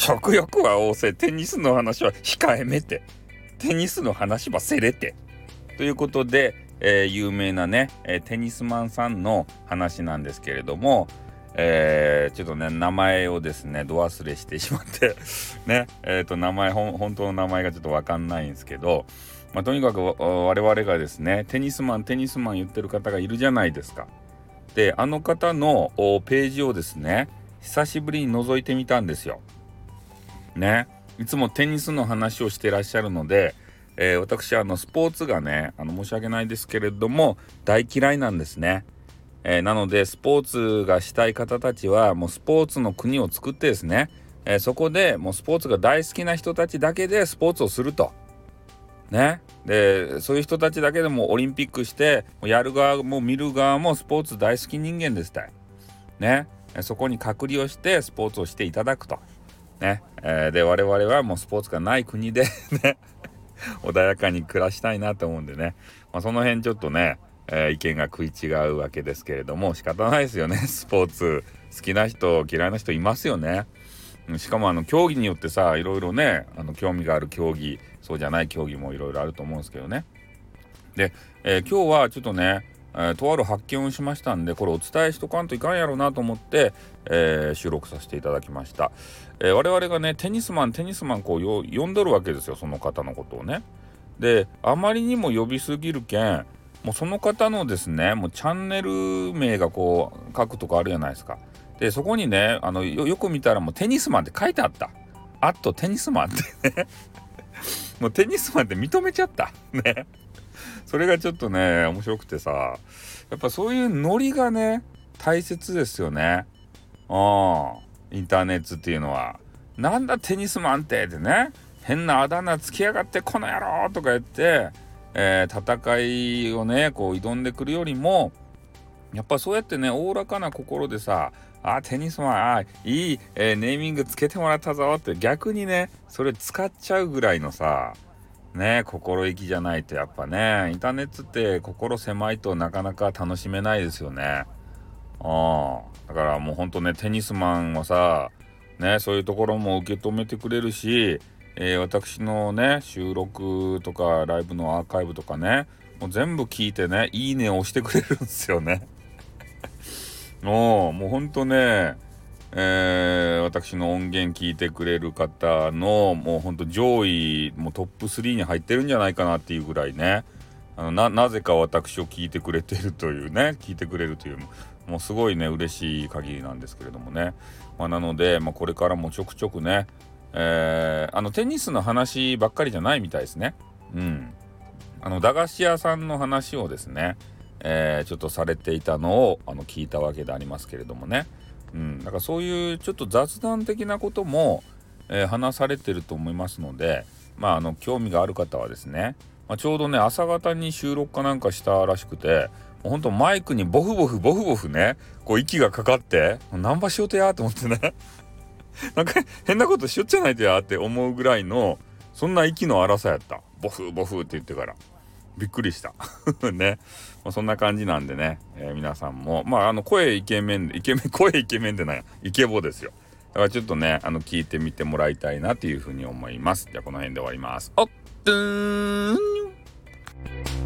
食欲は旺盛、テニスの話は控えめて、テニスの話はせれてということで、有名なね、テニスマンさんの話なんですけれども、ちょっとね名前をですねど忘れしてしまってね名前本当の名前がちょっと分かんないんですけど、とにかく我々がですねテニスマン言ってる方がいるじゃないですか。であの方のページをですね久しぶりに覗いてみたんですよね。いつもテニスの話をしてらっしゃるので、私スポーツがね申し訳ないですけれども大嫌いなんですね。なのでスポーツがしたい方たちはもうスポーツの国を作ってですね、そこでもうスポーツが大好きな人たちだけでスポーツをするとね。でそういう人たちだけでもオリンピックしてやる側も見る側もスポーツ大好き人間ですたいね。そこに隔離をしてスポーツをしていただくとね。で我々はもうスポーツがない国でね穏やかに暮らしたいなと思うんでね、その辺ちょっとね意見が食い違うわけですけれども仕方ないですよね。スポーツ好きな人嫌いな人いますよね。しかも競技によってさいろいろね興味がある競技そうじゃない競技もいろいろあると思うんですけどね。で、今日はちょっとね、とある発見をしましたんでこれお伝えしとかんといかんやろうなと思って、収録させていただきました。我々がねテニスマンこう呼んどるわけですよその方のことをね。であまりにも呼びすぎるけんもうその方のですねもうチャンネル名がこう書くとこあるじゃないですか。でそこにねよく見たらもうテニスマンって書いてあった。あとテニスマンってねもうテニスマンって認めちゃったね。それがちょっとね面白くてさやっぱそういうノリがね大切ですよね。インターネットっていうのはなんだテニスマンってね変なあだ名つけやがってこの野郎とか言って、戦いをねこう挑んでくるよりもやっぱそうやってねおおらかな心でさテニスマンいい、ネーミングつけてもらったぞって逆にねそれ使っちゃうぐらいのさね心意気じゃないとやっぱねインターネットって心狭いとなかなか楽しめないですよね。だからもうほんとねテニスマンはさねそういうところも受け止めてくれるし、私のね収録とかライブのアーカイブとかねもう全部聞いてねいいねを押してくれるんですよね。もうほんとね、私の音源聞いてくれる方のもうほんと上位もうトップ3に入ってるんじゃないかなっていうぐらいねなぜか私を聞いてくれてるというね聞いてくれるというもうすごいね嬉しい限りなんですけれどもね。なので、これからもちょくちょくね、テニスの話ばっかりじゃないみたいですね。駄菓子屋さんの話をですね、ちょっとされていたのを聞いたわけでありますけれどもね。だからそういうちょっと雑談的なことも、話されてると思いますので興味がある方はですね、ちょうどね朝方に収録かなんかしたらしくてもうほんとマイクにボフボフねこう息がかかってナンパしようとやと思ってねなんか変なことしよっちゃないとやって思うぐらいのそんな息の荒さやった。ボフって言ってからびっくりしたね。そんな感じなんでね、皆さんも声イケメンでないイケボですよ。だからちょっとね聞いてみてもらいたいなというふうに思います。じゃあこの辺で終わります。おっとーん